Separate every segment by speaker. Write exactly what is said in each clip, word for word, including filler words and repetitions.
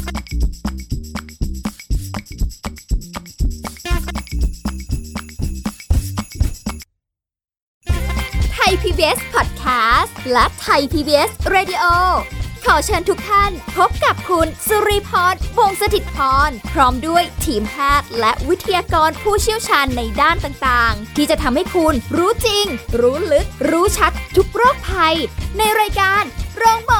Speaker 1: ไทย พี บี เอส Podcast และไทย พี บี เอส Radio ขอเชิญทุกท่านพบกับคุณสุริพร วงศ์สถิตพรพร้อมด้วยทีมแพทย์และวิทยากรผู้เชี่ยวชาญในด้านต่างๆที่จะทำให้คุณรู้จริงรู้ลึกรู้ชัดทุกโรคภัยในรายการโรงหมอ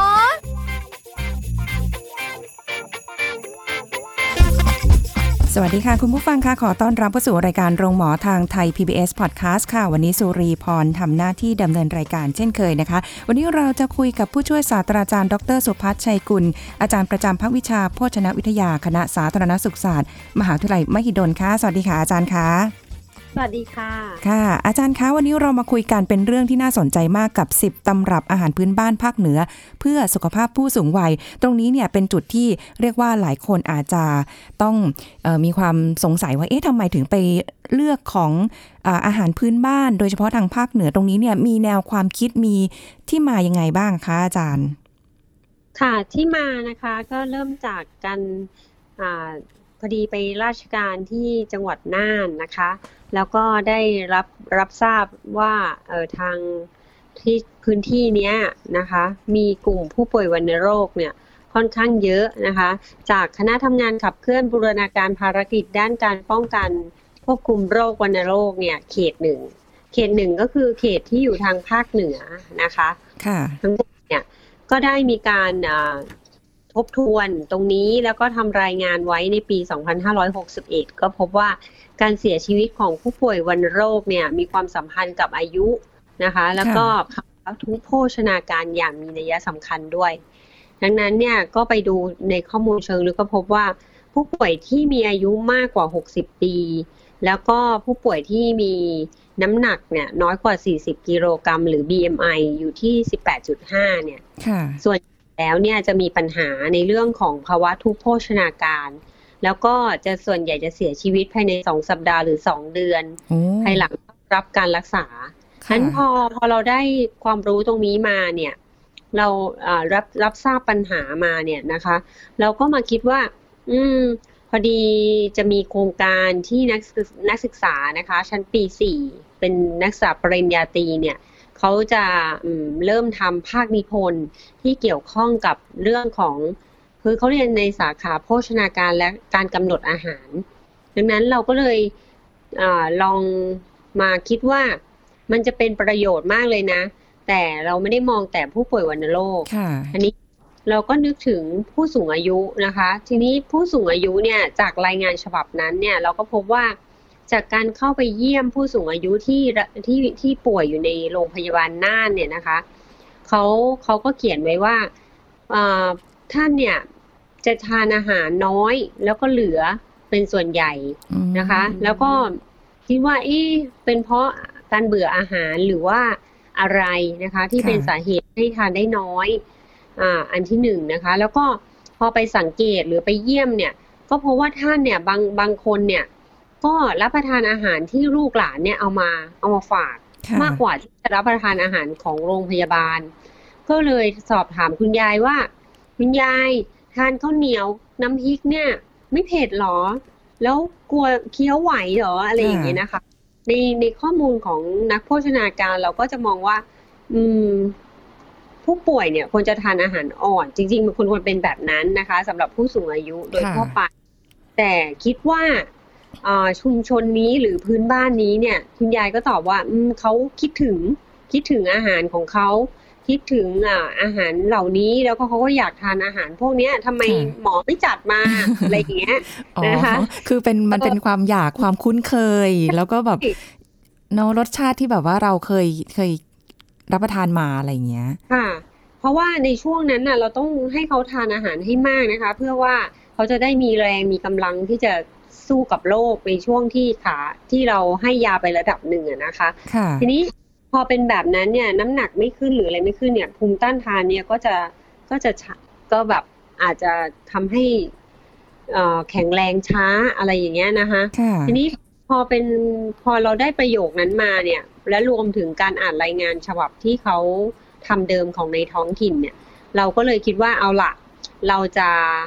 Speaker 2: สวัสดีค่ะคุณผู้ฟังค่ะขอต้อนรับเข้าสู่รายการโรงหมอทางไทย พี บี เอส Podcast ค่ะวันนี้สุรีพรทำหน้าที่ดำเนินรายการเช่นเคยนะคะวันนี้เราจะคุยกับผู้ช่วยศาสตราจารย์ดรสุพัฒน์ชัยกุลอาจารย์ประจำภาควิชาโภชนวิทยาคณะสาธารณสุขศาสตร์มหาวิทยาลัยมหิดลค่ะสวัสดีค่ะอาจารย์ค่ะ
Speaker 3: สวัสดีค่ะ
Speaker 2: ค่ะอาจารย์คะวันนี้เรามาคุยกันเป็นเรื่องที่น่าสนใจมากกับสิบตำรับอาหารพื้นบ้านภาคเหนือเพื่อสุขภาพผู้สูงวัยตรงนี้เนี่ยเป็นจุดที่เรียกว่าหลายคนอาจจะต้องเอ่อมีความสงสัยว่าเอ๊ะทำไมถึงไปเลือกของอ่าอาหารพื้นบ้านโดยเฉพาะทางภาคเหนือตรงนี้เนี่ยมีแนวความคิดมีที่มายังไงบ้างคะอาจารย์
Speaker 3: ค่ะที่มานะคะก็เริ่มจากการอ่าพอดีไปราชการที่จังหวัดน่านนะคะแล้วก็ได้รับรับทราบว่าเอ่อทางที่พื้นที่เนี้ยนะคะมีกลุ่มผู้ป่วยวัณโรคเนี่ยค่อนข้างเยอะนะคะจากคณะทำงานขับเคลื่อนบูรณาการภารกิจด้านการป้องกันควบคุมโรควัณโรคเนี่ยเขตหนึ่งเขตหนึ่งก็คือเขตที่อยู่ทางภาคเหนือนะคะ
Speaker 2: ค่ะ
Speaker 3: ทั้งหมดเนี่ยก็ได้มีการทบทวนตรงนี้แล้วก็ทำรายงานไว้ในปีสองพันห้าร้อยหกสิบเอ็ดก็พบว่าการเสียชีวิตของผู้ป่วยวัณโรคเนี่ยมีความสัมพันธ์กับอายุนะคะแล้วก็ภาวะทุพโภชนาการอย่างมีนัยสำคัญด้วยดังนั้นเนี่ยก็ไปดูในข้อมูลเชิงลึกก็พบว่าผู้ป่วยที่มีอายุมากกว่าหกสิบปีแล้วก็ผู้ป่วยที่มีน้ำหนักเนี่ยน้อยกว่าสี่สิบกิโลกรัมหรือ บี เอ็ม ไอ อยู่ที่ สิบแปดจุดห้า เนี่ยส่วนแล้วเนี่ยจะมีปัญหาในเรื่องของภาวะทุพโภชนาการแล้วก็จะส่วนใหญ่จะเสียชีวิตภายในสองสัปดาห์หรือสองเดือนภายหลังรับการรักษาฉะนั้นพอพอเราได้ความรู้ตรงนี้มาเนี่ยเราอ่ารับรับทราบปัญหามาเนี่ยนะคะเราก็มาคิดว่าอืมพอดีจะมีโครงการที่นักนักศึกษานะคะชั้นปีสี่เป็นนักศึกษาปริญญาตรีเนี่ยเขาจะเริ่มทำภาคนิพนธ์ที่เกี่ยวข้องกับเรื่องของคือเขาเรียนในสาขาโภชนาการและการกำหนดอาหารดังนั้นเราก็เลยเอ่อลองมาคิดว่ามันจะเป็นประโยชน์มากเลยนะแต่เราไม่ได้มองแต่ผู้ป่วยวัณโรคอันนี้เราก็นึกถึงผู้สูงอายุนะคะทีนี้ผู้สูงอายุเนี่ยจากรายงานฉบับนั้นเนี่ยเราก็พบว่าจากการเข้าไปเยี่ยมผู้สูงอายุที่ที่ที่ป่วยอยู่ในโรงพยาบาลน่านเนี่ยนะคะเขาเขาก็เขียนไว้ว่าท่านเนี่ยจะทานอาหารน้อยแล้วก็เหลือเป็นส่วนใหญ่นะคะแล้วก็คิดว่าเอ๊ะเป็นเพราะการเบื่ออาหารหรือว่าอะไรนะคะที่เป็นสาเหตุให้ทานได้น้อยอ่าอันที่หนึ่งนะคะแล้วก็พอไปสังเกตหรือไปเยี่ยมเนี่ยก็เพราะว่าท่านเนี่ยบางบางคนเนี่ยก็รับประทานอาหารที่ลูกหลานเนี่ยเอามาเอามาฝากมากกว่าที่จะรับประทานอาหารของโรงพยาบาลก็เลยสอบถามคุณยายว่าคุณยายทานข้าวเหนียวน้ำพริกเนี่ยไม่เผ็ดหรอแล้วกลัวเคี้ยวไหวหรออะไรอย่างเงี้ยนะคะในในข้อมูลของนักโภชนาการเราก็จะมองว่าอืมผู้ป่วยเนี่ยควรจะทานอาหารอ่อนจริงๆมันควรควรเป็นแบบนั้นนะคะสำหรับผู้สูงอายุโดยทั่วไปแต่คิดว่าชุมชนนี้หรือพื้นบ้านนี้เนี่ยคุณยายก็ตอบว่าเขาคิดถึงคิดถึงอาหารของเขาคิดถึงอาหารเหล่านี้แล้วก็เขาก็อยากทานอาหารพวกนี้ทำไมหมอไม่จัดมา อะไรอย่างเงี้ยนะคะ
Speaker 2: คือเป็นมันเป็นความอยากความคุ้นเคยแล้วก็แบบเนาะรสชาติที่แบบว่าเราเคยเคยรับประทานมาอะไรอย่างเงี้ย
Speaker 3: ค่ะเพราะว่าในช่วงนั้นน่ะเราต้องให้เขาทานอาหารให้มากนะคะเพื่อว่าเขาจะได้มีแรงมีกำลังที่จะสู้กับโรคในช่วงที่ขาที่เราให้ยาไประดับหนึ่งนะคะทีนี้พอเป็นแบบนั้นเนี่ยน้ำหนักไม่ขึ้นหรืออะไรไม่ขึ้นเนี่ยภูมิต้านทานเนี่ยก็จะก็จะก็แบบอาจจะทำให้แข็งแรงช้าอะไรอย่างเงี้ยนะคะทีนี้พอเป็นพอเราได้ประโยคนั้นมาเนี่ยและรวมถึงการอ่านรายงานฉบับที่เขาทำเดิมของในท้องถิ่นเนี่ยเราก็เลยคิดว่าเอาล่ะเราจะ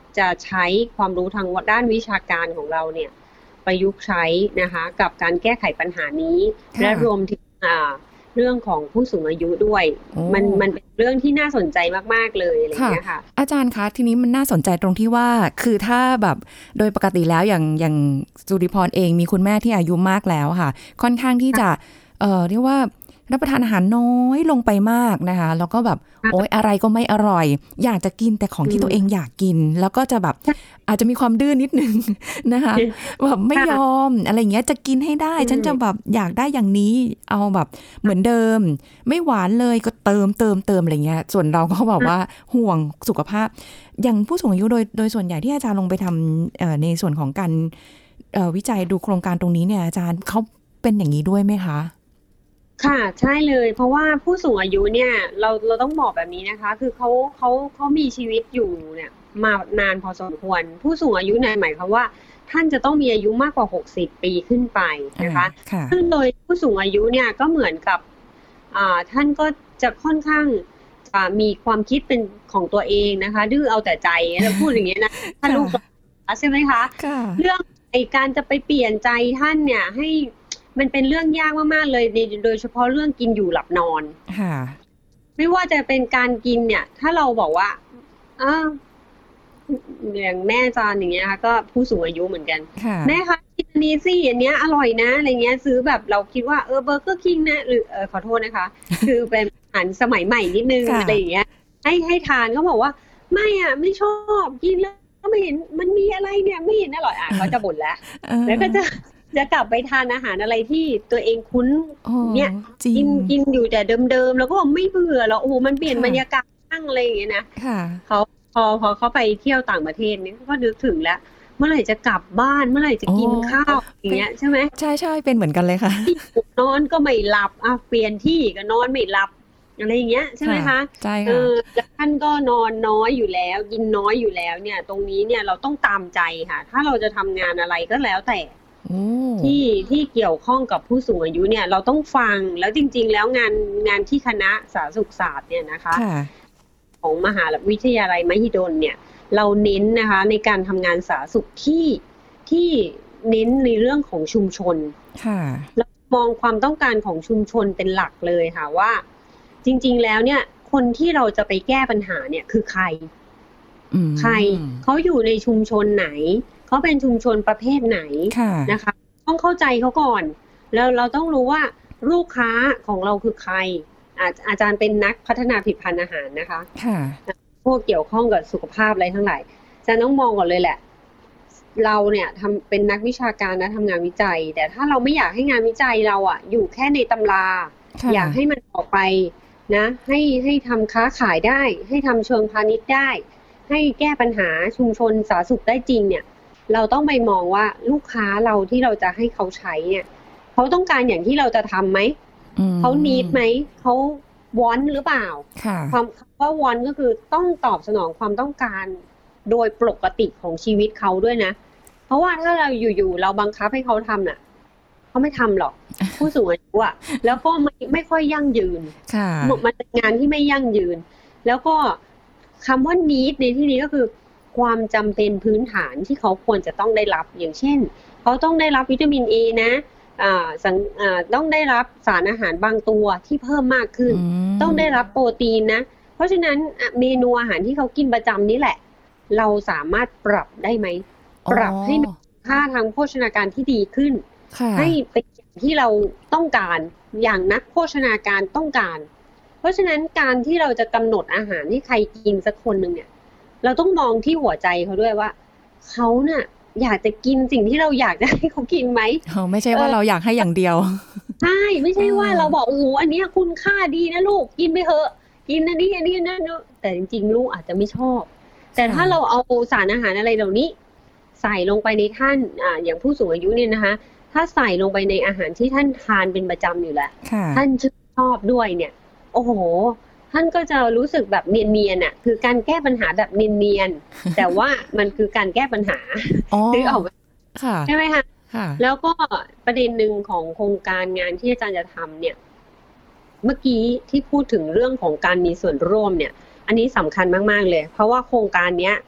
Speaker 3: จะใช้ความรู้ทางด้านวิชาการของเราเนี่ยประยุกต์ใช้นะคะกับการแก้ไขปัญหานี้และรวมถึงเรื่องของผู้สูงอายุด้วยมันมันเป็นเรื่องที่น่าสนใจมากๆเลยอะไรอย่างเงี้ยค่ะ
Speaker 2: อาจารย์คะทีนี้มันน่าสนใจตรงที่ว่าคือถ้าแบบโดยปกติแล้วอย่างอย่างสุริพรเองมีคุณแม่ที่อายุมากแล้วค่ะค่อนข้างที่จะเอ่อเรียกว่ารับประทานอาหารน้อยลงไปมากนะคะแล้วก็แบบโอ๊ยอะไรก็ไม่อร่อยอยากจะกินแต่ของที่ตัวเองอยากกินแล้วก็จะแบบอาจจะมีความดื้อนิดนึงนะคะแบบไม่ยอมอะไรอย่างเงี้ยจะกินให้ได้ฉันจะแบบอยากได้อย่างนี้เอาแบบเหมือนเดิมไม่หวานเลยก็เติมเติมเติมอะไรเงี้ยส่วนเราก็แบบว่าห่วงสุขภาพอย่างผู้สูงอายุโดยโดยส่วนใหญ่ที่อาจารย์ลงไปทำในส่วนของการวิจัยดูโครงการตรงนี้เนี่ยอาจารย์เขาเป็นอย่างนี้ด้วยไหมคะ
Speaker 3: ค่ะใช่เลยเพราะว่าผู้สูงอายุเนี่ยเราเราต้องบอกแบบนี้นะคะคือเขาเขาเขามีชีวิตอยู่เนี่ยมานานพอสมควรผู้สูงอายุเนี่ยหมายความว่าท่านจะต้องมีอายุมากกว่าหกสิบปีขึ้นไปนะคะซึ่งโดยผู้สูงอายุเนี่ยก็เหมือนกับอ่าท่านก็จะค่อนข้างจะมีความคิดเป็นของตัวเองนะคะดื้อเอาแต่ใจเราพูดอย่างนี้นะท่านลูกใช่ไหมคะเรื่องไอ้การจะไปเปลี่ยนใจท่านเนี่ยให้มันเป็นเรื่องยากมากๆเลยโดยเฉพาะเรื่องกินอยู่หลับนอนไม่ว่าจะเป็นการกินเนี่ยถ้าเราบอกว่าอ้าวอย่างแม่จานอย่างเงี้ยค่ะก็ผู้สูงอายุเหมือนกันแม่คะกินอันนี้สิอันเนี้ยอร่อยนะอะไรเงี้ยซื้อแบบเราคิดว่าเออเบอร์เกอร์คิงนะหรือเออขอโทษนะคะคือเป็นอาหารสมัยใหม่นิดนึงอะไรอย่างเงี้ยให้ให้ทานเขาบอกว่าไม่อ่ะไม่ชอบกินแล้วก็ไม่เห็นมันมีอะไรเนี่ยไม่เห็นอร่อยอ่ะเขาจะบ่นแล้วแล้วก็จะจะกลับไปทานอาหารอะไรที่ตัวเองคุ้นเนี่ยกินกินอยู่แต่เดิมๆแล้วก็ไม่เบื่อแล้วโอ้โหมันเปลี่ยนบรรยากาศตั้งอะไรอย่างเงี้ยนะเขาพอพอเขาไปเที่ยวต่างประเทศนี่ก็นึกถึงแล้วเมื่อไหร่จะกลับบ้านเมื่อไหร่จะกินข้าวอย่างเงี้ยใช่ไหม
Speaker 2: ใช่ใช่เป็นเหมือนกันเลยค่ะ
Speaker 3: นอนก็ไม่หลับอ่ะเปลี่ยนที่ก็นอนไม่หลับอะไรอย่างเงี้ยใช่ไหมคะ
Speaker 2: ใช่ค่ะ
Speaker 3: แล้วท่านก็นอนน้อยอยู่แล้วกินน้อยอยู่แล้วเนี่ยตรงนี้เนี่ยเราต้องตามใจค่ะถ้าเราจะทำงานอะไรก็แล้วแต่ที่ที่เกี่ยวข้องกับผู้สูงอายุเนี่ยเราต้องฟังแล้วจริงๆแล้วงานงานที่คณะสาธารณสุขศาสตร์เนี่ยนะคะของมหาวิทยาลัยมหิดลเนี่ยเราเน้นนะคะในการทำงานสาธารณสุขที่ที่เน้นในเรื่องของชุมชนเรามองความต้องการของชุมชนเป็นหลักเลยค่ะว่าจริงๆแล้วเนี่ยคนที่เราจะไปแก้ปัญหาเนี่ยคือใครใครเขาอยู่ในชุมชนไหนเขาเป็นชุมชนประเภทไหนนะคะต้องเข้าใจเขาก่อนแล้วเราต้องรู้ว่าลูกค้าของเราคือใคร อา, อาจารย์เป็นนักพัฒนาผลิตภัณฑ์อาหารนะคะพวกเกี่ยวข้องกับสุขภาพอะไรทั้งหลายอาจารย์ต้องมองก่อนเลยแหละเราเนี่ยทำเป็นนักวิชาการนะทำงานวิจัยแต่ถ้าเราไม่อยากให้งานวิจัยเราอ่ะอยู่แค่ในตำราอยากให้มันออกไปนะให้ให้ทำค้าขายได้ให้ทำเชิงพาณิชย์ได้ให้แก้ปัญหาชุมชนสาธารณสุขได้จริงเนี่ยเราต้องไปมองว่าลูกค้าเราที่เราจะให้เขาใช้เนี่ยเขาต้องการอย่างที่เราจะทำไหมเขานีดไหมเขาวอนหรือเปล่าความว่าวอนก็คือต้องตอบสนองความต้องการโดยปกติของชีวิตเขาด้วยนะเพราะว่าถ้าเราอยู่ๆเราบังคับให้เขาทำน่ะเขาไม่ทำหรอกผู้สูงอายุอ่ะแล้วก็ไม่ไม่ค่อยยั่งยืนมันเป็นงานที่ไม่ยั่งยืนแล้วก็คำว่านีดในที่นี้ก็คือความจำเป็นพื้นฐานที่เขาควรจะต้องได้รับอย่างเช่นเขาต้องได้รับวิตามิน A นะอ่าสังอ่าต้องได้รับสารอาหารบางตัวที่เพิ่มมากขึ้นต้องได้รับโปรตีนนะเพราะฉะนั้นเมนูอาหารที่เขากินประจำนี้แหละเราสามารถปรับได้ไหมปรับให้มีค่าทางโภชนาการที่ดีขึ้นให้เป็นอย่างที่เราต้องการอย่างนักโภชนาการต้องการเพราะฉะนั้นการที่เราจะกำหนดอาหารให้ใครกินสักคนหนึ่งเนี่ยเราต้องมองที่หัวใจเขาด้วยว่าเขาเนี่ยอยากจะกินสิ่งที่เราอยากจะให้เขากินไหม
Speaker 2: ไม่ใช่ว่าเราอยากให้อย่างเดียว
Speaker 3: ใช่ไม่ใช่ว่าเราบอกโอ้โหอันนี้คุณค่าดีนะลูกกินไปเถอะกินอันนี้อันนี้นั่นแต่จริงๆลูกอาจจะไม่ชอบแต่ถ้าเราเอาสารอาหารอะไรเหล่านี้ใส่ลงไปในท่านอ่าอย่างผู้สูงอายุเนี่ยนะคะถ้าใส่ลงไปในอาหารที่ท่านทานเป็นประจำอยู่แล้วท่านชอบด้วยเนี่ยโอ้โหท่านก็จะรู้สึกแบบเนียนๆอ่ะคือการแก้ปัญหาแบบเนียนๆแต่ว่ามันคือการแก้ปัญหาคือออกใช่ไหมคะแล้วก็ประเด็นหนึ่งของโครงการงานที่อาจารย์จะทำเนี่ยเมื่อกี้ที่พูดถึงเรื่องของการมีส่วนร่วมเนี่ยอันนี้สำคัญมากๆเลยเพราะว่าโครงการเนี้ย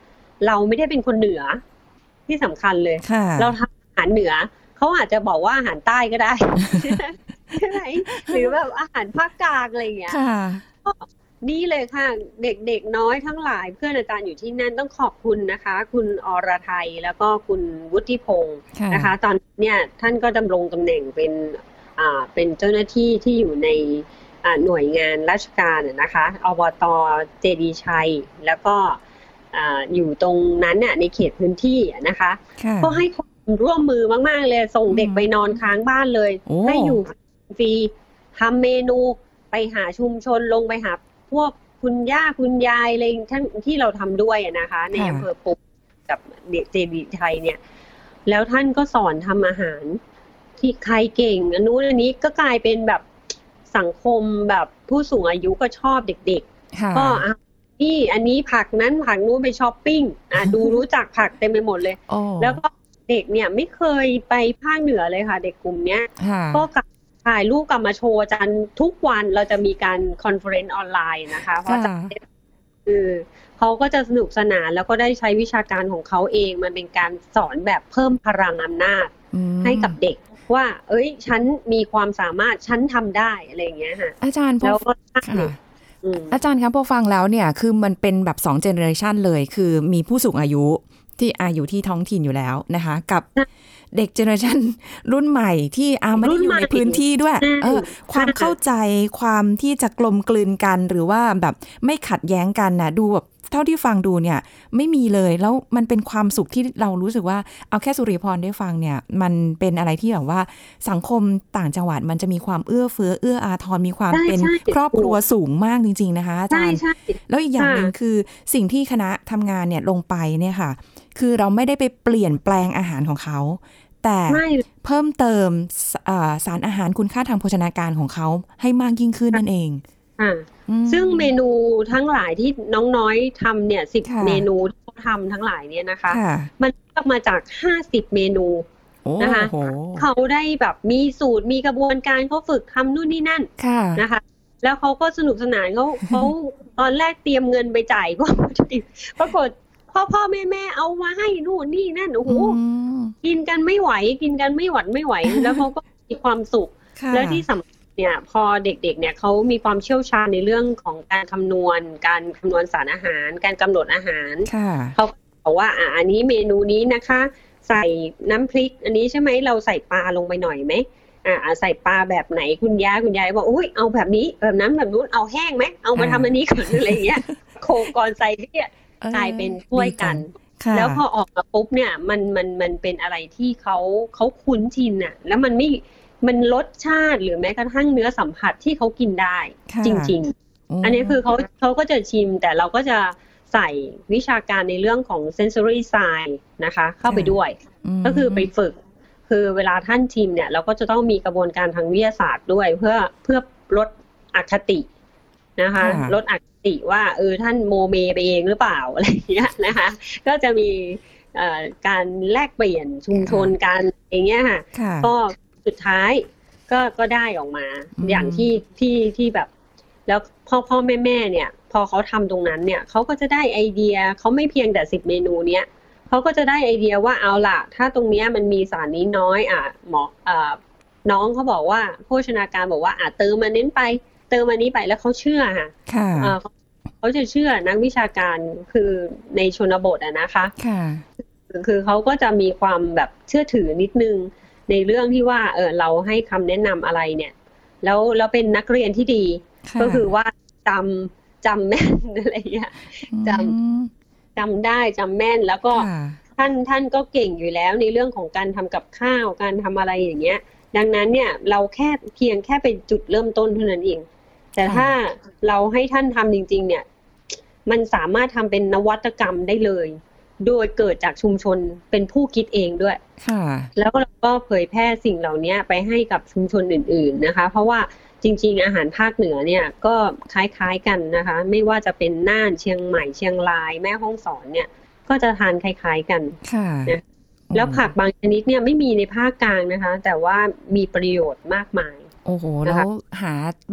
Speaker 3: เราไม่ได้เป็นคนเหนือที่สำคัญเลยเราทำอาหารเหนือเขาอาจจะบอกว่าอาหารใต้ก็ได้ ใช่ไหมหรือแบบอาหารภาคกลางอะไรอย่างเงี้ยนี่เลยค่ะเด็กๆน้อยทั้งหลายเพื่อนอาจารย์อยู่ที่นั่นต้องขอบคุณนะคะคุณอรไทยแล้วก็คุณวุฒิพงศ์นะคะตอนนี้ท่านก็ดำรงตำแหน่งเป็นอ่าเป็นเจ้าหน้าที่ที่อยู่ในอ่าหน่วยงานราชการนะคะอบต.เจดีย์ชัยแล้วก็อ่าอยู่ตรงนั้นเนี่ยในเขตพื้นที่นะคะก็ให้ร่วมมือมากๆเลยส่งเด็กไปนอนค้างบ้านเลยให้อยู่ฟรีทำเมนูไปหาชุมชนลงไปหาพวกคุณย่าคุณยายอะไรท่านที่เราทำด้วยนะคะในอำเภอปุกกับเด็กเจดีย์ไทยเนี่ยแล้วท่านก็สอนทำอาหารที่ใครเก่งอันนู้นอันนี้ก็กลายเป็นแบบสังคมแบบผู้สูงอายุก็ชอบเด็กๆก็อ่ะนี่อันนี้ผักนั้นผักนู้นไปช้อปปิ้งอ่ะดูรู้จักผักเต็มไปหมดเลยแล้วก็เด็กเนี่ยไม่เคยไปภาคเหนือเลยค่ะเด็กกลุ่มเนี้ยก็ถ่ายรูปกลับมาโชว์อาจารย์ทุกวันเราจะมีการคอนเฟอเรนซ์ออนไลน์นะคะเพราะอาจารย์คือเขาก็จะสนุกสนานแล้วก็ได้ใช้วิชาการของเขาเองมันเป็นการสอนแบบเพิ่มพลังอำนาจให้กับเด็กว่าเอ้ยฉันมีความสามารถฉันทำได้อะไรอย่างเงี้ยค่ะ
Speaker 2: อาจารย์
Speaker 3: แล้วก็
Speaker 2: อาจารย์ครับพอฟังแล้วเนี่ยคือมันเป็นแบบสองเจเนอเรชันเลยคือมีผู้สูงอายุที่อายุที่ท้องถิ่นอยู่แล้วนะคะกับเด็กเจเนอเรชันรุ่นใหม่ที่อาไม่ได้อยู่ในพื้นที่ด้วยเออความเข้าใจความที่จะกลมกลืนกันหรือว่าแบบไม่ขัดแย้งกันนะดูแบบเท่าที่ฟังดูเนี่ยไม่มีเลยแล้วมันเป็นความสุขที่เรารู้สึกว่าเอาแค่สุริพรได้ฟังเนี่ยมันเป็นอะไรที่แบบว่าสังคมต่างจังหวัดมันจะมีความเอื้อเฟื้อเอื้ออาทรมีความเป็นครอบครัวสูงมากจริงๆนะคะอาจารย์แล้วอีกอย่างนึงคือสิ่งที่คณะทำงานเนี่ยลงไปเนี่ยค่ะคือเราไม่ได้ไปเปลี่ยนแปลงอาหารของเขาแต่เพิ่มเติมสารอาหารคุณค่าทางโภชนาการของเขาให้มากยิ่งขึ้นนั่นเอง
Speaker 3: ซึ่งเมนูทั้งหลายที่น้องน้อยทำเนี่ยสิบเมนูที่เขาทำทั้งหลายเนี่ยนะคะมันมาจากห้าสิบเมนูนะคะเขาได้แบบมีสูตรมีกระบวนการเขาฝึกทำนู่นนี่นั่นนะคะแล้วเขาก็สนุกสนานเขาเขาตอนแรกเตรียมเงินไปจ่ายก็ปรากฏพ่อพ่อแม่แม่เอามาให้นู่นนี่นั่นโอ้โหกินกันไม่ไหวกินกันไม่หวัดไม่ไหวแล้วเขาก็มีความสุขแล้วที่สำคัญเนี่ยพอเด็กๆเนี่ยเขามีความเชี่ยวชาญในเรื่องของการคำนวณการคำนวณสารอาหารการกำหนดอาหารเขาบอกว่าอ่ะอันนี้เมนูนี้นะคะใส่น้ำพริกอันนี้ใช่ไหมเราใส่ปลาลงไปหน่อยไหมอ่าใส่ปลาแบบไหนคุณย่าคุณยายบอกอุ้ยเอาแบบนี้แบบนั้นแบบนู้นเอาแห้งไหมเอามาทำอันนี้ก่อนอะไรอย่างเงี้ยโคกรใส่เนี่ยกลายเป็นช่วยกันแล้วพอออกมาปุ๊บเนี่ยมันมันมันเป็นอะไรที่เขาเขาคุ้นชินอ่ะแล้วมันไม่มันรสชาติหรือแม้กระทั่งเนื้อสัมผัสที่เขากินได้จริงๆอันนี้คือเขาเขาก็จะชิมแต่เราก็จะใส่วิชาการในเรื่องของ sensory science นะคะเข้าไปด้วยก็คือไปฝึกคือเวลาท่านชิมเนี่ยเราก็จะต้องมีกระบวนการทางวิทยาศาสตร์ด้วยเพื่อเพื่อลดอคตินะคะลดอคติว่าเออท่านโมเมไปเองหรือเปล่าอะไรอย่างเงี้ยนะคะก็จะมีการแลกเปลี่ยนชุมชนกันอย่างเงี้ยค่ะก็สุดท้ายก็ก็ได้ออกมาอย่างที่ที่ที่แบบแล้วพ่อพ่อแม่แม่เนี่ยพอเขาทำตรงนั้นเนี่ยเขาก็จะได้ไอเดียเขาไม่เพียงแต่สิบเมนูเนี้ยเขาก็จะได้ไอเดียว่าเอาล่ะถ้าตรงเนี้ยมันมีสารนี้น้อยอ่ะหมออ่าน้องเขาบอกว่าโภชนาการบอกว่าอ่ะเติมมาเน้นไปเติมมานี้ไปแล้วเขาเชื่อค่ะอ่าเขาจะเชื่อนักวิชาการคือในชนบทอะนะคะค่ะคือเขาก็จะมีความแบบเชื่อถือนิดนึงในเรื่องที่ว่าเออเราให้คำแนะนำอะไรเนี่ยแล้วเราเป็นนักเรียนที่ดีก็คือว่าจำจำแม่นอะไรอย่างเงี้ยจำจำได้จำแม่นแล้วก็ท่านท่านก็เก่งอยู่แล้วในเรื่องของการทำกับข้าวการทำอะไรอย่างเงี้ยดังนั้นเนี่ยเราแค่เพียงแค่เป็นจุดเริ่มต้นเท่านั้นเองแต่ถ้าเราให้ท่านทำจริงๆเนี่ยมันสามารถทำเป็นนวัตกรรมได้เลยโดยเกิดจากชุมชนเป็นผู้คิดเองด้วยแล้วเราก็เผยแพร่สิ่งเหล่านี้ไปให้กับชุมชนอื่นๆนะคะเพราะว่าจริงๆอาหารภาคเหนือเนี่ยก็คล้ายๆกันนะคะไม่ว่าจะเป็นน่านเชียงใหม่เชียงรายแม่ฮ่องสอนเนี่ยก็จะทานคล้ายๆกันนะแล้วผักบางชนิดเนี่ยไม่มีในภาคกลางนะคะแต่ว่ามีประโยชน์มากมาย
Speaker 2: โอ้โหแล้วหาแบบ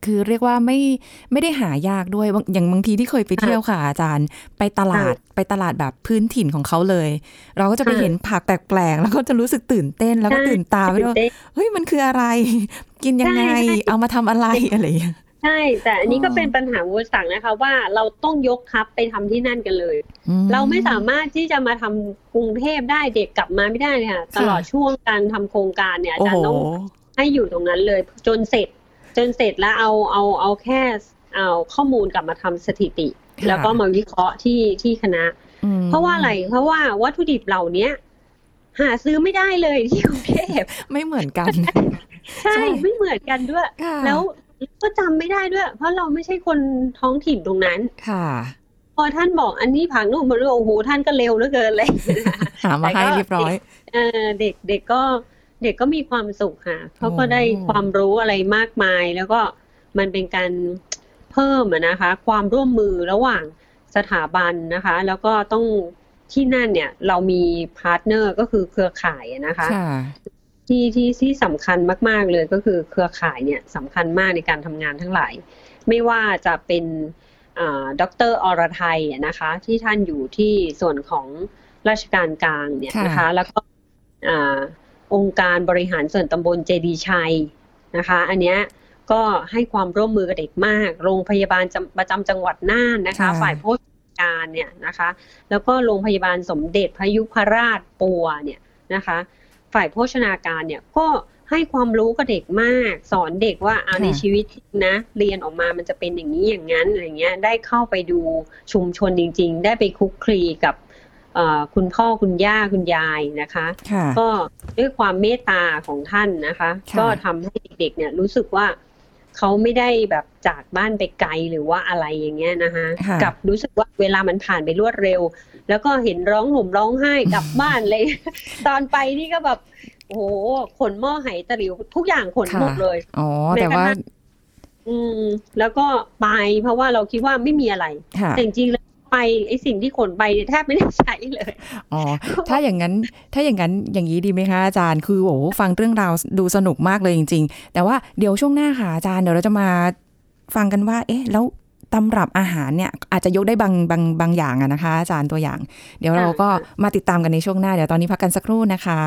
Speaker 2: คือเรียกว่าไม่ไม่ได้หายากด้วยอย่างบางทีที่เคยไปเที่ยวค่ะอาจารย์ไปตลาดไปตลาดแบบพื้นถิ่นของเขาเลยเราก็จะไปเห็นผักแปลกๆแล้วก็จะรู้สึกตื่นเต้นแล้วก็ตื่นตาไปด้วยเฮ้ยมันคืออะไรกินยังไงเอามาทำอะไรอะไรอย่างเงี้ย
Speaker 3: ใช่แต่อันนี้ก็เป็นปัญหาอุปสรรคนะคะว่าเราต้องยกทัพไปทำที่นั่นกันเลยเราไม่สามารถที่จะมาทำกรุงเทพได้เด็กกลับมาไม่ได้ค่ะตลอดช่วงการทำโครงการเนี่ยอาจารย์ต้องให้อยู่ตรงนั้นเลยจนเสร็จจนเสร็จแล้วเอาเอาเอาแค่เอาข้อมูลกลับมาทำสถิติแล้วก็มาวิเคราะห์ที่ที่คณะเพราะว่าอะไรเพราะว่าวัตถุดิบเหล่านี้หาซื้อไม่ได้เลยที่กรุงเทพ
Speaker 2: ไม่เหมือนกัน
Speaker 3: ใช่ไม่เหมือนกันด้วยแล้วก็จำไม่ได้ด้วยเพราะเราไม่ใช่คนท้องถิ่นตรงนั้น
Speaker 2: ค่ะ
Speaker 3: พอท่านบอกอันนี้ผักนู่นมาโอ้โหท่านก็เร็วเหลือเกินเลย
Speaker 2: หามาให้เรียบร้อย
Speaker 3: เออเด็กเด็กก็เด็กก็มีความสุขค่ะเขาก็ได้ความรู้อะไรมากมายแล้วก็มันเป็นการเพิ่มนะคะความร่วมมือระหว่างสถาบันนะคะแล้วก็ต้องที่นั่นเนี่ยเรามีพาร์ทเนอร์ก็คือเครือข่ายนะคะที่ที่ที่สำคัญมากๆเลยก็คือเครือข่ายเนี่ยสำคัญมากในการทำงานทั้งหลายไม่ว่าจะเป็นดร.อรไทยนะคะที่ท่านอยู่ที่ส่วนของราชการกลางเนี่ยนะคะแล้วก็องค์การบริหารส่วนตำบลเจดีย์ชัยนะคะอันเนี้ยก็ให้ความร่วมมือกับเด็กมากโรงพยาบาลประจำจังหวัดน่านนะคะฝ่ายโภชนาการเนี่ยนะคะแล้วก็โรงพยาบาลสมเด็จพระยุพราชปัวเนี่ยนะคะฝ่ายโภชนาการเนี่ยก็ให้ความรู้กับเด็กมากสอนเด็กว่าเอาในชีวิตนะเรียนออกมามันจะเป็นอย่างนี้อย่างนั้นอะไรเงี้ยได้เข้าไปดูชุมชนจริงๆได้ไปคลุกคลีกับคุณพ่อคุณย่าคุณยายนะคะก็ด้วยความเมตตาของท่านนะคะก็ทำให้เด็กๆเนี่ยรู้สึกว่าเขาไม่ได้แบบจากบ้านไปไกลหรือว่าอะไรอย่างเงี้ยนะคะกับรู้สึกว่าเวลามันผ่านไปรวดเร็วแล้วก็เห็นร้องห่มร้องไห้กลับบ้านเลยตอนไปนี่ก็แบบโอ้โหขนหม้อไหตะหลิวทุกอย่างขนหมดเลย
Speaker 2: อ๋อแต่ว่า
Speaker 3: อืมแล้วก็ไปเพราะว่าเราคิดว่าไม่มีอะไรแต่จริงๆไปไอ้สิ่งที่ขนไปแทบไม่ได้ใช้เลย
Speaker 2: อ๋อถ้าอย่างนั้นถ้าอย่างนั้นอย่างนี้ดีไหมคะอาจารย์คือโอ้ฟังเรื่องราวดูสนุกมากเลยจริงๆแต่ว่าเดี๋ยวช่วงหน้าค่ะอาจารย์เดี๋ยวเราจะมาฟังกันว่าเอ๊ะแล้วตำรับอาหารเนี่ยอาจจะยกได้บางบางบางอย่างอะนะคะอาจารย์ตัวอย่างเดี๋ยวเราก็มาติดตามกันในช่วงหน้าเดี๋ยวตอนนี้พักกันสักครู่นะคะ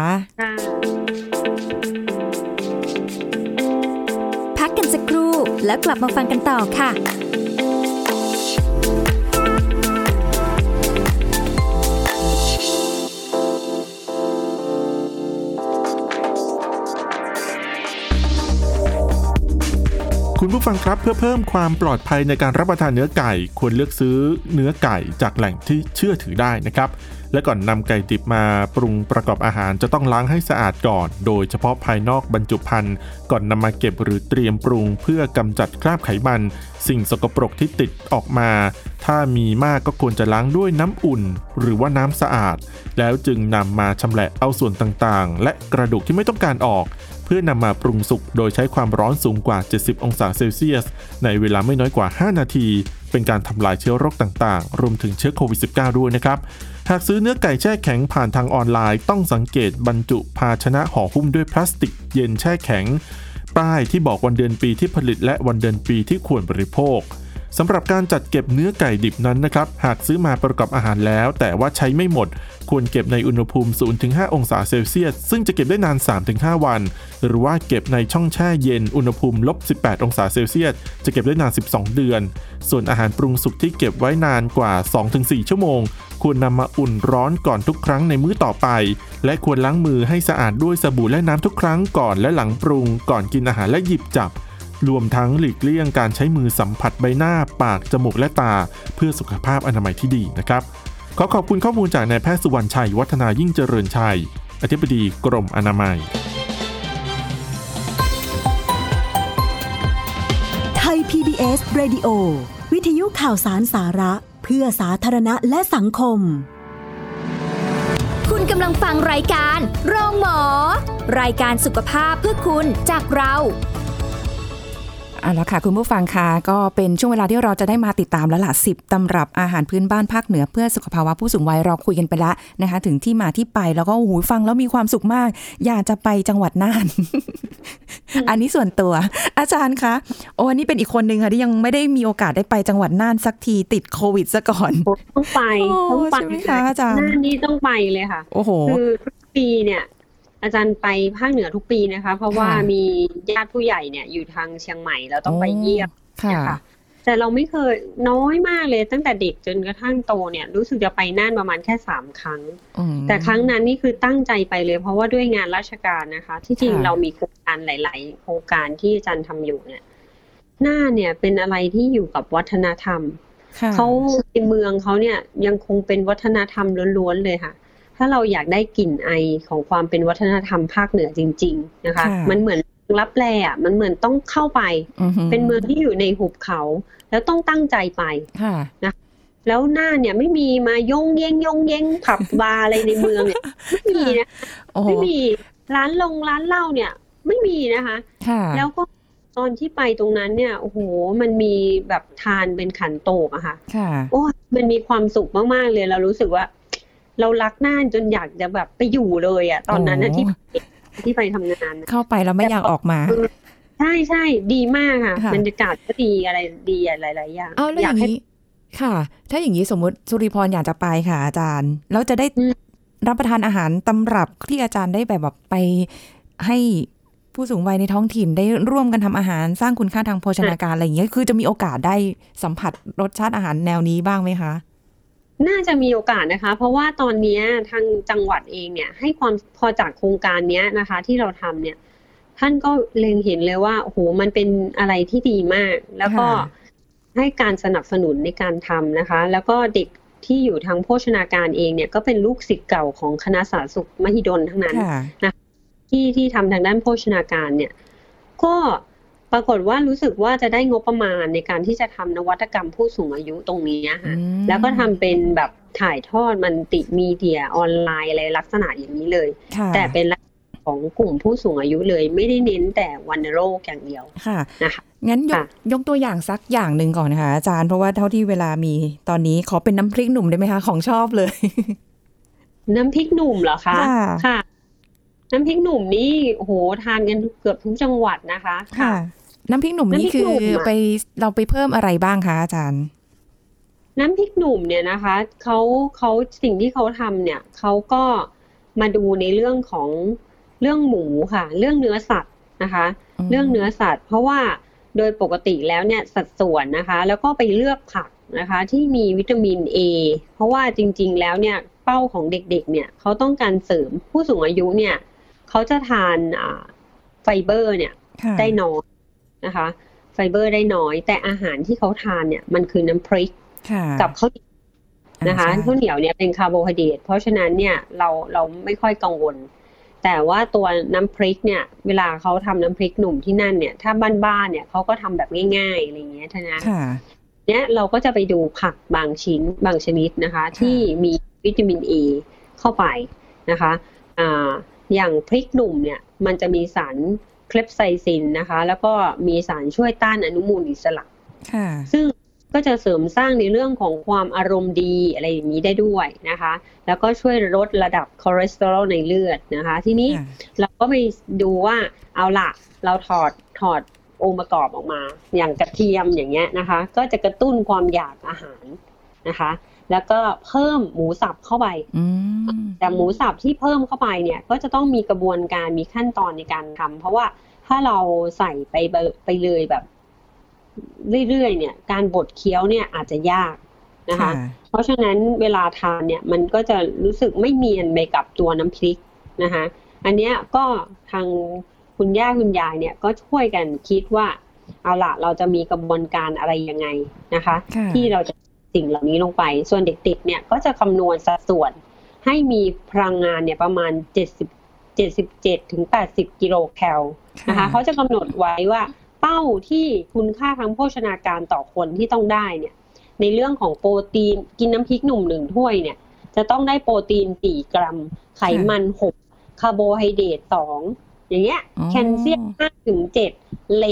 Speaker 1: พักกันสักครู่แล้วกลับมาฟังกันต่อค่ะ
Speaker 4: คุณผู้ฟังครับเพื่อเพิ่มความปลอดภัยในการรับประทานเนื้อไก่ควรเลือกซื้อเนื้อไก่จากแหล่งที่เชื่อถือได้นะครับและก่อนนำไก่ดิบมาปรุงประกอบอาหารจะต้องล้างให้สะอาดก่อนโดยเฉพาะภายนอกบรรจุภัณฑ์ก่อนนำมาเก็บหรือเตรียมปรุงเพื่อกำจัดคราบไขมันสิ่งสกปรกที่ติดออกมาถ้ามีมากก็ควรจะล้างด้วยน้ำอุ่นหรือว่าน้ำสะอาดแล้วจึงนำมาชำแหละเอาส่วนต่างๆและกระดูกที่ไม่ต้องการออกเพื่อนำมาปรุงสุกโดยใช้ความร้อนสูงกว่าเจ็ดสิบองศาเซลเซียสในเวลาไม่น้อยกว่าห้านาทีเป็นการทำลายเชื้อโรคต่างๆรวมถึงเชื้อโควิด สิบเก้า ด้วยนะครับหากซื้อเนื้อไก่แช่แข็งผ่านทางออนไลน์ต้องสังเกตบรรจุภาชนะห่อหุ้มด้วยพลาสติกเย็นแช่แข็งป้ายที่บอกวันเดือนปีที่ผลิตและวันเดือนปีที่ควรบริโภคสำหรับการจัดเก็บเนื้อไก่ดิบนั้นนะครับหากซื้อมาประกอบอาหารแล้วแต่ว่าใช้ไม่หมดควรเก็บในอุณหภูมิ ศูนย์ถึงห้า องศาเซลเซียสซึ่งจะเก็บได้นาน สามถึงห้า วันหรือว่าเก็บในช่องแช่เย็นอุณหภูมิ ลบสิบแปด องศาเซลเซียสจะเก็บได้นานสิบสองเดือนส่วนอาหารปรุงสุกที่เก็บไว้นานกว่า สองถึงสี่ ชั่วโมงควรนำมาอุ่นร้อนก่อนทุกครั้งในมื้อต่อไปและควรล้างมือให้สะอาดด้วยสบู่และน้ำทุกครั้งก่อนและหลังปรุงก่อนกินอาหารและหยิบจับรวมทั้งหลีกเลี่ยงการใช้มือสัมผัสใบหน้าปากจมูกและตาเพื่อสุขภาพอนามัยที่ดีนะครับขอขอบคุณข้อมูลจากนายแพทย์สุวรรณชัยวัฒนายิ่งเจริญชัยอธิบดีกรมอนามัย
Speaker 5: ไทย พี บี เอส Radio วิทยุข่าวสารสาระเพื่อสาธารณะและสังคม
Speaker 1: คุณกำลังฟังรายการโรงหมอรายการสุขภาพเพื่อคุณจากเรา
Speaker 2: อ่ะแล้วค่ะคุณผู้ฟังคะก็เป็นช่วงเวลาที่เราจะได้มาติดตามแล้วล่ะสิบตำรับอาหารพื้นบ้านภาคเหนือเพื่อสุขภาวะผู้สูงวัยเราคุยกันไปแล้วนะคะถึงที่มาที่ไปแล้วก็โอ้โหฟังแล้วมีความสุขมากอยากจะไปจังหวัดน่าน อันนี้ส่วนตัวอาจารย์คะโอ้อันนี้เป็นอีกคนนึงค่ะที่ยังไม่ได้มีโอกาสได้ไปจังหวัดน่านสักทีติดโควิดซะก่อน
Speaker 3: ต้องไปต้องไป
Speaker 2: ใช่ไหมคะอาจารย์
Speaker 3: น่านนี่ต้องไปเลยค่ะ
Speaker 2: โอ้โห
Speaker 3: คือทุกปีเนี่ยอาจารย์ไปภาคเหนือทุกปีนะคะเพราะว่ามีญาติผู้ใหญ่เนี่ยอยู่ทางเชียงใหม่เราต้องไปเยี่ยมนะคะแต่เราไม่เคยน้อยมากเลยตั้งแต่เด็กจนกระทั่งโตเนี่ยรู้สึกจะไปน่านประมาณแค่สามครั้งแต่ครั้งนั้นนี่คือตั้งใจไปเลยเพราะว่าด้วยงานราชการนะคะที่จริงเรามีโครงการหลายๆโครงการที่อาจารย์ทำอยู่เนี่ยน่านเนี่ยเป็นอะไรที่อยู่กับวัฒนธรรมเขาในเมืองเขาเนี่ยยังคงเป็นวัฒนธรรมล้วนๆเลยค่ะถ้าเราอยากได้กลิ่นไอของความเป็นวัฒนธรรมภาคเหนือจริงๆนะคะมันเหมือนลับแลอ่ะมันเหมือนต้องเข้าไปเป็นเมืองที่อยู่ในหุบเขาแล้วต้องตั้งใจไปนะแล้วหน้าเนี่ยไม่มีมาย่งเย้งย่งเย้งผับบาร์อะไรในเมืองเนี่ยไม่มีนะไม่มีร้านลงร้านเหล้าเนี่ยไม่มีนะคะแล้วก็ตอนที่ไปตรงนั้นเนี่ยโอ้โหมันมีแบบทานเป็นขันโตกอะค่ะโอ้มันมีความสุขมากๆเลยเรารู้สึกว่าเรารักน่านจนอยากจะแบบไปอยู่เลยอ่ะตอนนั้นนะที่ที่ไปทำงาน
Speaker 2: เข้าไปแล้วไม่อยากออกมา
Speaker 3: ใช่ใช่ดีมากค่ะบรรยากาศก็ดีอะไรดีหลายๆอย่าง
Speaker 2: อยากให้ค่ะถ้าอย่างนี้สมมติสุริพรอยากจะไปค่ะอาจารย์แล้วจะได้รับประทานอาหารตำรับที่อาจารย์ได้แบบแบบไปให้ผู้สูงวัยในท้องถิ่นได้ร่วมกันทำอาหารสร้างคุณค่าทางโภชนาการอะไรอย่างเงี้ยคือจะมีโอกาสได้สัมผัสรสชาติอาหารแนวนี้บ้างไหมคะ
Speaker 3: น่าจะมีโอกาสนะคะเพราะว่าตอนนี้ทางจังหวัดเองเนี่ยให้ความพอจากโครงการนี้นะคะที่เราทำเนี่ยท่านก็เล็งเห็นเลยว่าโอ้โหมันเป็นอะไรที่ดีมากแล้วก็ให้การสนับสนุนในการทำนะคะแล้วก็เด็กที่อยู่ทางโภชนาการเองเนี่ยก็เป็นลูกศิษย์เก่าของคณะสาธารณสุขมหิดลทั้งนั้นนะที่ที่ทำทางด้านโภชนาการเนี่ยก็ปรากฏว่ารู้สึกว่าจะได้งบประมาณในการที่จะทำนวัตกรรมผู้สูงอายุตรงนี้ค่ะแล้วก็ทำเป็นแบบถ่ายทอดมันติมีเดียออนไลน์อะไรลักษณะอย่างนี้เลยแต่เป็นของกลุ่มผู้สูงอายุเลยไม่ได้เน้นแต่วัณโรคอย่างเดียว
Speaker 2: ค่ะ
Speaker 3: นะคะ
Speaker 2: งั้นยกยกตัวอย่างสักอย่างหนึ่งก่อนนะคะอาจารย์เพราะว่าเท่าที่เวลามีตอนนี้ขอเป็นน้ำพริกหนุ่มได้ไหมคะของชอบเลย
Speaker 3: น้ำพริกหนุ่มเหรอคะค่ะน้ำพริกหนุ่มนี่โอ้โหทานกันเกือบทุกจังหวัดนะคะ
Speaker 2: ค่ะน้ำพริกหนุ่มนี่คือไปเราไปเพิ่มอะไรบ้างคะอาจารย์
Speaker 3: น้ำพริกหนุ่มเนี่ยนะคะเขาเขาสิ่งที่เขาทำเนี่ยเขาก็มาดูในเรื่องของเรื่องหมูค่ะเรื่องเนื้อสัตว์นะคะเรื่องเนื้อสัตว์เพราะว่าโดยปกติแล้วเนี่ยสัดส่วนนะคะแล้วก็ไปเลือกผักนะคะที่มีวิตามิน A เพราะว่าจริงๆแล้วเนี่ยเป้าของเด็กๆเนี่ยเขาต้องการเสริมผู้สูงอายุเนี่ยเขาจะทานไฟเบอร์เนี่ยได้น้อยนะคะไฟเบอร์ได้น้อยแต่อาหารที่เขาทานเนี่ยมันคือน้ำพริกกับข้าวเหนียวนะคะข้าวเหนียวเนี่ยเป็นคาร์โบไฮเดรตเพราะฉะนั้นเนี่ยเราเราไม่ค่อยกังวลแต่ว่าตัวน้ำพริกเนี่ยเวลาเขาทำน้ำพริกหนุ่มที่นั่นเนี่ยถ้าบ้านๆเนี่ยเขาก็ทำแบบง่ายๆอะไรเงี้ยท่านะเนี่ยเราก็จะไปดูผักบางชิ้นบางชนิดนะคะที่มีวิตามิน A เข้าไปนะคะอ่าอย่างพริกหนุ่มเนี่ยมันจะมีสารเคลปไซซินนะคะแล้วก็มีสารช่วยต้านอนุมูลอิสระซึ่งก็จะเสริมสร้างในเรื่องของความอารมณ์ดีอะไรอย่างนี้ได้ด้วยนะคะแล้วก็ช่วยลดระดับคอเลสเตอรอลในเลือดนะคะทีนี้เราก็ไปดูว่าเอาล่ะเราถอดถอดองค์ประกอบออกมาอย่างกระเทียมอย่างเงี้ยนะคะก็จะกระตุ้นความอยากอาหารนะคะแล้วก็เพิ่มหมูสับเข้าไปแต่หมูสับที่เพิ่มเข้าไปเนี่ยก็จะต้องมีกระบวนการมีขั้นตอนในการทำเพราะว่าถ้าเราใส่ไปไปเลยแบบเรื่อยๆเนี่ยการบดเคี้ยวเนี่ยอาจจะยากนะคะเพราะฉะนั้นเวลาทานเนี่ยมันก็จะรู้สึกไม่เนียนไปกับตัวน้ำพริกนะคะอันเนี้ยก็ทางคุณย่าคุณยายเนี่ยก็ช่วยกันคิดว่าเอาล่ะเราจะมีกระบวนการอะไรยังไงนะคะที่เราจะสิ่งเหล่านี้ลงไปส่วนเด็กๆเนี่ยก็จะคำนวณสัดส่วนให้มีพลังงานเนี่ยประมาณเจ็ดสิบ เจ็ดสิบเจ็ดถึงแปดสิบกิโลแคลนะคะเขาจะกำหนดไว้ว่าเป้าที่คุณค่าทางโภชนาการต่อคนที่ต้องได้เนี่ยในเรื่องของโปรตีนกินน้ำพริกหนุ่มหนึ่งถ้วยเนี่ยจะต้องได้โปรตีนสี่กรัมไขมันหกคาร์โบไฮเดรตสองอย่างเงี้ยแคลเซียมห้าถึงเจ็ดเหล็ก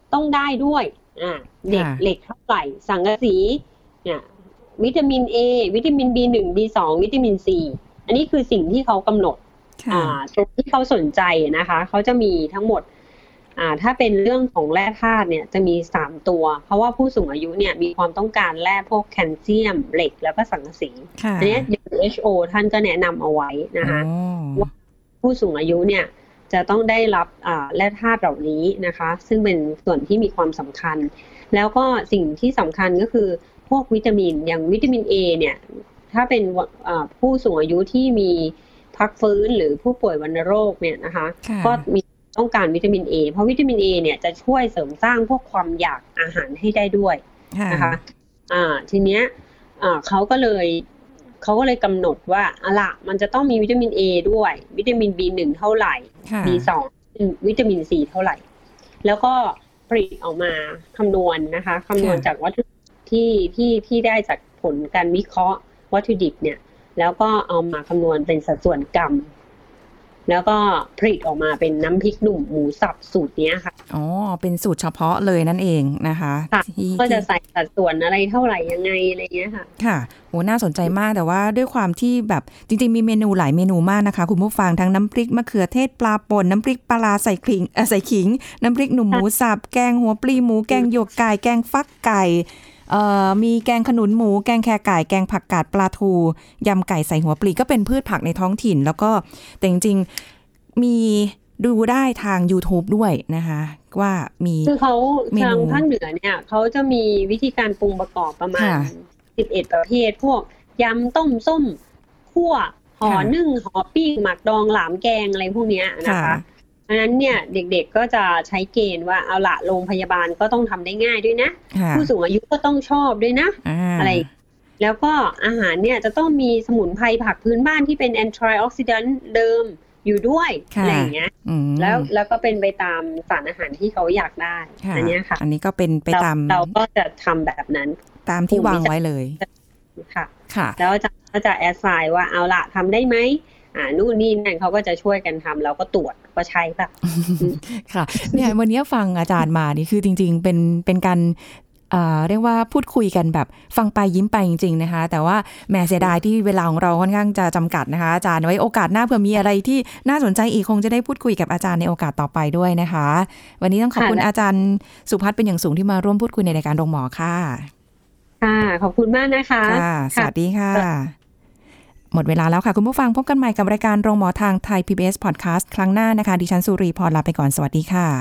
Speaker 3: ต้องได้ด้วยอ่าเด็กเหล็กเท่าไหร่สังกะสีเนี่ยวิตามิน A วิตามิน บี หนึ่ง บี สอง วิตามิน C อันนี้คือสิ่งที่เขากำหนดอ่าตรงที่เขาสนใจนะคะเขาจะมีทั้งหมดอ่าถ้าเป็นเรื่องของแร่ธาตุเนี่ยจะมีสามตัวเพราะว่าผู้สูงอายุเนี่ยมีความต้องการแร่พวกแคลเซียมเหล็กแล้วก็สังกะสีอันนี้ ดับเบิลยู เอช โอ ท่านก็แนะนำเอาไว้นะคะว่าผู้สูงอายุเนี่ยจะต้องได้รับอ่าแร่ธาตุเหล่านี้นะคะซึ่งเป็นส่วนที่มีความสำคัญแล้วก็สิ่งที่สำคัญก็คือพวกวิตามินอย่างวิตามิน A เนี่ยถ้าเป็นผู้สูงอายุที่มีพักฟื้นหรือผู้ป่วยวัณโรคเนี่ยนะคะก็มีต้องการวิตามิน A เพราะวิตามิน A เนี่ยจะช่วยเสริมสร้างพวกความอยากอาหารให้ได้ด้วยนะคะอ่าทีเนี้ยอ่าเขาก็เลยเขาก็เลยกำหนดว่าอะล่ะมันจะต้องมีวิตามิน A ด้วยวิตามิน บี หนึ่ง เท่าไหร่ บี สอง วิตามิน C เท่าไหร่แล้วก็ผลิตออกมาคำนวณนะคะคำนวณจากวัตถุที่ที่ที่ได้จากผลการวิเคราะห์วัตถุดิบเนี่ยแล้วก็เอามาคำนวณเป็นสัดส่วนกรัมแล้วก็ผลิตออกมาเป็นน้ำพริกหนุ่มหมูสับสูตรนี้ค่ะ
Speaker 2: อ๋อเป็นสูตรเฉพาะเลยนั่นเองนะคะ
Speaker 3: ก็จะใส่สัดส่วนอะไรเท่าไหร่ยังไงอะไรเงี้ยค่ะ
Speaker 2: ค่ะโหน่าสนใจมากแต่ว่าด้วยความที่แบบจริงๆมีเมนูหลายเมนูมากนะคะคุณผู้ฟังทั้งน้ำพริกมะเขือเทศปลาป่นน้ำพริกปลาใส่ขิงใส่ขิงน้ำพริกหนุ่มหมูสับแกงหัวปลีหมูแกงหยวกไก่แกงฟักไก่เอ่อมีแกงขนุนหมูแกงแคไก่แกงผักกาดปลาทูยำไก่ใส่หัวปลีก็เป็นพืชผักในท้องถิ่นแล้วก็แต่จริงๆมีดูได้ทาง YouTube ด้วยนะคะว่ามี
Speaker 3: คือเขาทางภาคเหนือเนี่ยเขาจะมีวิธีการปรุงประกอบประมาณสิบเอ็ดประเภทพวกยำต้มส้มคั่วห่อนึ่งห่อปิ้งหมักดองหลามแกงอะไรพวกนี้นะคะเพราะฉะนั้นเนี่ยเด็กๆก็จะใช้เกณฑ์ว่าเอาละโรงพยาบาลก็ต้องทำได้ง่ายด้วยนะผู้สูงอายุก็ต้องชอบด้วยนะ อ, อะไรแล้วก็อาหารเนี่ยจะต้องมีสมุนไพรผักพื้นบ้านที่เป็นแอนตี้ออกซิแดนต์เดิมอยู่ด้วยอะไรอย่างเงี้ยแล้วแล้วก็เป็นไปตามสารอาหารที่เขาอยากได้อันนี้ค่ะ
Speaker 2: อันนี้ก็เป็นไปตาม
Speaker 3: เราก็จะทำแบบนั้น
Speaker 2: ตามที่วางไว้เลย
Speaker 3: ค่ะค่ะแล้วจะก็จะแอดไซน์ว่าเอาละทำได้ไหมอ่านู่นนี่นั่นเขาก็จะช่วยกันทำเราก็ตรวจก็ใช่ป่ะ
Speaker 2: ค่ะเนี่ยวันนี้ฟังอาจารย์มานี่คือจริงๆเป็นเป็นการเรียกว่าพูดคุยกันแบบฟังไปยิ้มไปจริงๆนะคะแต่ว่าแหมเสียดายที่เวลาของเราค่อนข้างจะจำกัดนะคะอาจารย์ไว้โอกาสหน้าเผื่อมีอะไรที่น่าสนใจอีกคงจะได้พูดคุยกับอาจารย์ในโอกาสต่อไปด้วยนะคะวันนี้ต้องขอบคุณอาจารย์สุพัฒน์เป็นอย่างสูงที่มาร่วมพูดคุยในรายการโรงหมอค่ะ
Speaker 3: ค่ะขอบคุณมากนะคะ
Speaker 2: ค่ะสวัสดีค่ะหมดเวลาแล้วค่ะคุณผู้ฟังพบกันใหม่กับรายการโรงหมอทางไทย พี บี เอส Podcast ครั้งหน้านะคะดิฉันสุรีพรลาไปก่อนสวัสดีค่ะ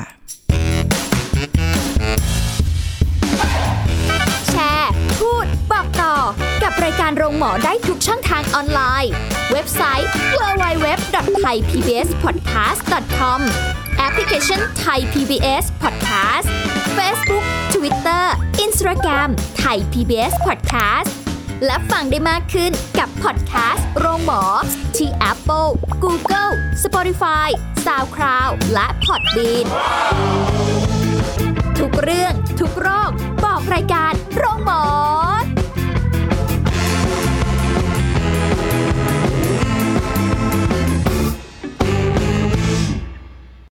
Speaker 1: แชร์พูดบอกต่อกับรายการโรงหมอได้ทุกช่องทางออนไลน์เว็บไซต์ ดับเบิลยู ดับเบิลยู ดับเบิลยู ดอท ไทย พี บี เอส พอดแคสต์ ดอท คอม แอปพลิเคชัน Thai พี บี เอส Podcast Facebook Twitter Instagram Thai พี บี เอส Podcastและฟังได้มากขึ้นกับพอดแคสต์โรงหมอที่ Apple, Google, Spotify, SoundCloud และ Podbean ทุกเรื่องทุกโรคบอกรายการ